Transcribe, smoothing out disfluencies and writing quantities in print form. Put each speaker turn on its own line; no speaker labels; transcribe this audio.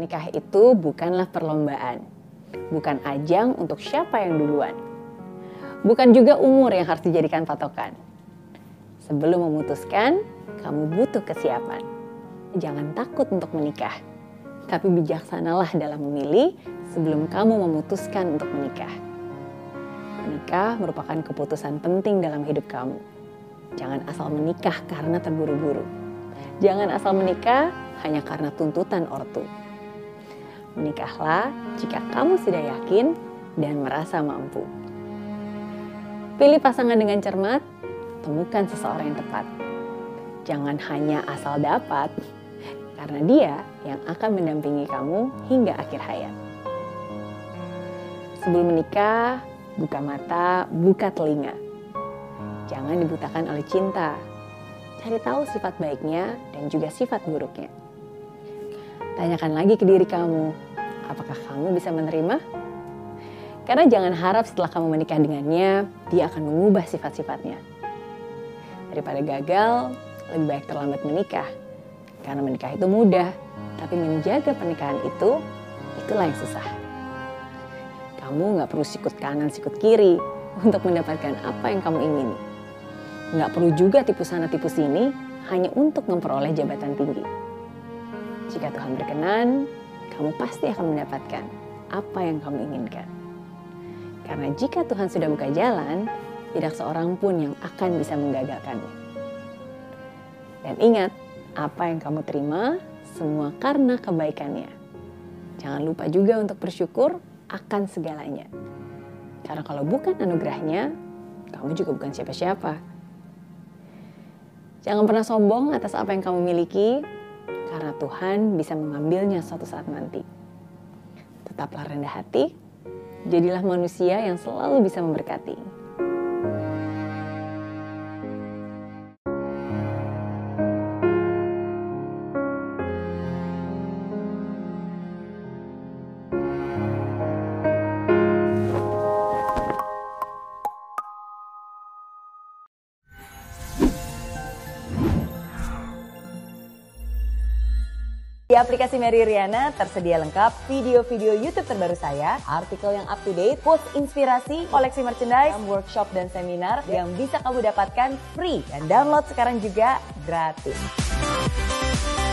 Menikah itu bukanlah perlombaan, bukan ajang untuk siapa yang duluan. Bukan juga umur yang harus dijadikan patokan. Sebelum memutuskan, kamu butuh kesiapan. Jangan takut untuk menikah, tapi bijaksanalah dalam memilih sebelum kamu memutuskan untuk menikah. Menikah merupakan keputusan penting dalam hidup kamu. Jangan asal menikah karena terburu-buru. Jangan asal menikah hanya karena tuntutan ortu. Menikahlah jika kamu sudah yakin dan merasa mampu. Pilih pasangan dengan cermat, temukan seseorang yang tepat. Jangan hanya asal dapat, karena dia yang akan mendampingi kamu hingga akhir hayat. Sebelum menikah, buka mata, buka telinga. Jangan dibutakan oleh cinta. Cari tahu sifat baiknya dan juga sifat buruknya. Tanyakan lagi ke diri kamu, apakah kamu bisa menerima? Karena jangan harap setelah kamu menikah dengannya, dia akan mengubah sifat-sifatnya. Daripada gagal, lebih baik terlambat menikah. Karena menikah itu mudah, tapi menjaga pernikahan itulah yang susah. Kamu gak perlu sikut kanan, sikut kiri untuk mendapatkan apa yang kamu ingini. Gak perlu juga tipu sana, tipu sini hanya untuk memperoleh jabatan tinggi. Jika Tuhan berkenan, kamu pasti akan mendapatkan apa yang kamu inginkan. Karena jika Tuhan sudah buka jalan, tidak seorang pun yang akan bisa menggagalkannya. Dan ingat, apa yang kamu terima, semua karena kebaikannya. Jangan lupa juga untuk bersyukur akan segalanya. Karena kalau bukan anugerahnya, kamu juga bukan siapa-siapa. Jangan pernah sombong atas apa yang kamu miliki, karena Tuhan bisa mengambilnya suatu saat nanti. Tetaplah rendah hati, jadilah manusia yang selalu bisa memberkati.
Di aplikasi Mary Riana tersedia lengkap video-video YouTube terbaru saya, artikel yang up to date, post inspirasi, koleksi merchandise, workshop dan seminar yang bisa kamu dapatkan free dan download sekarang juga gratis.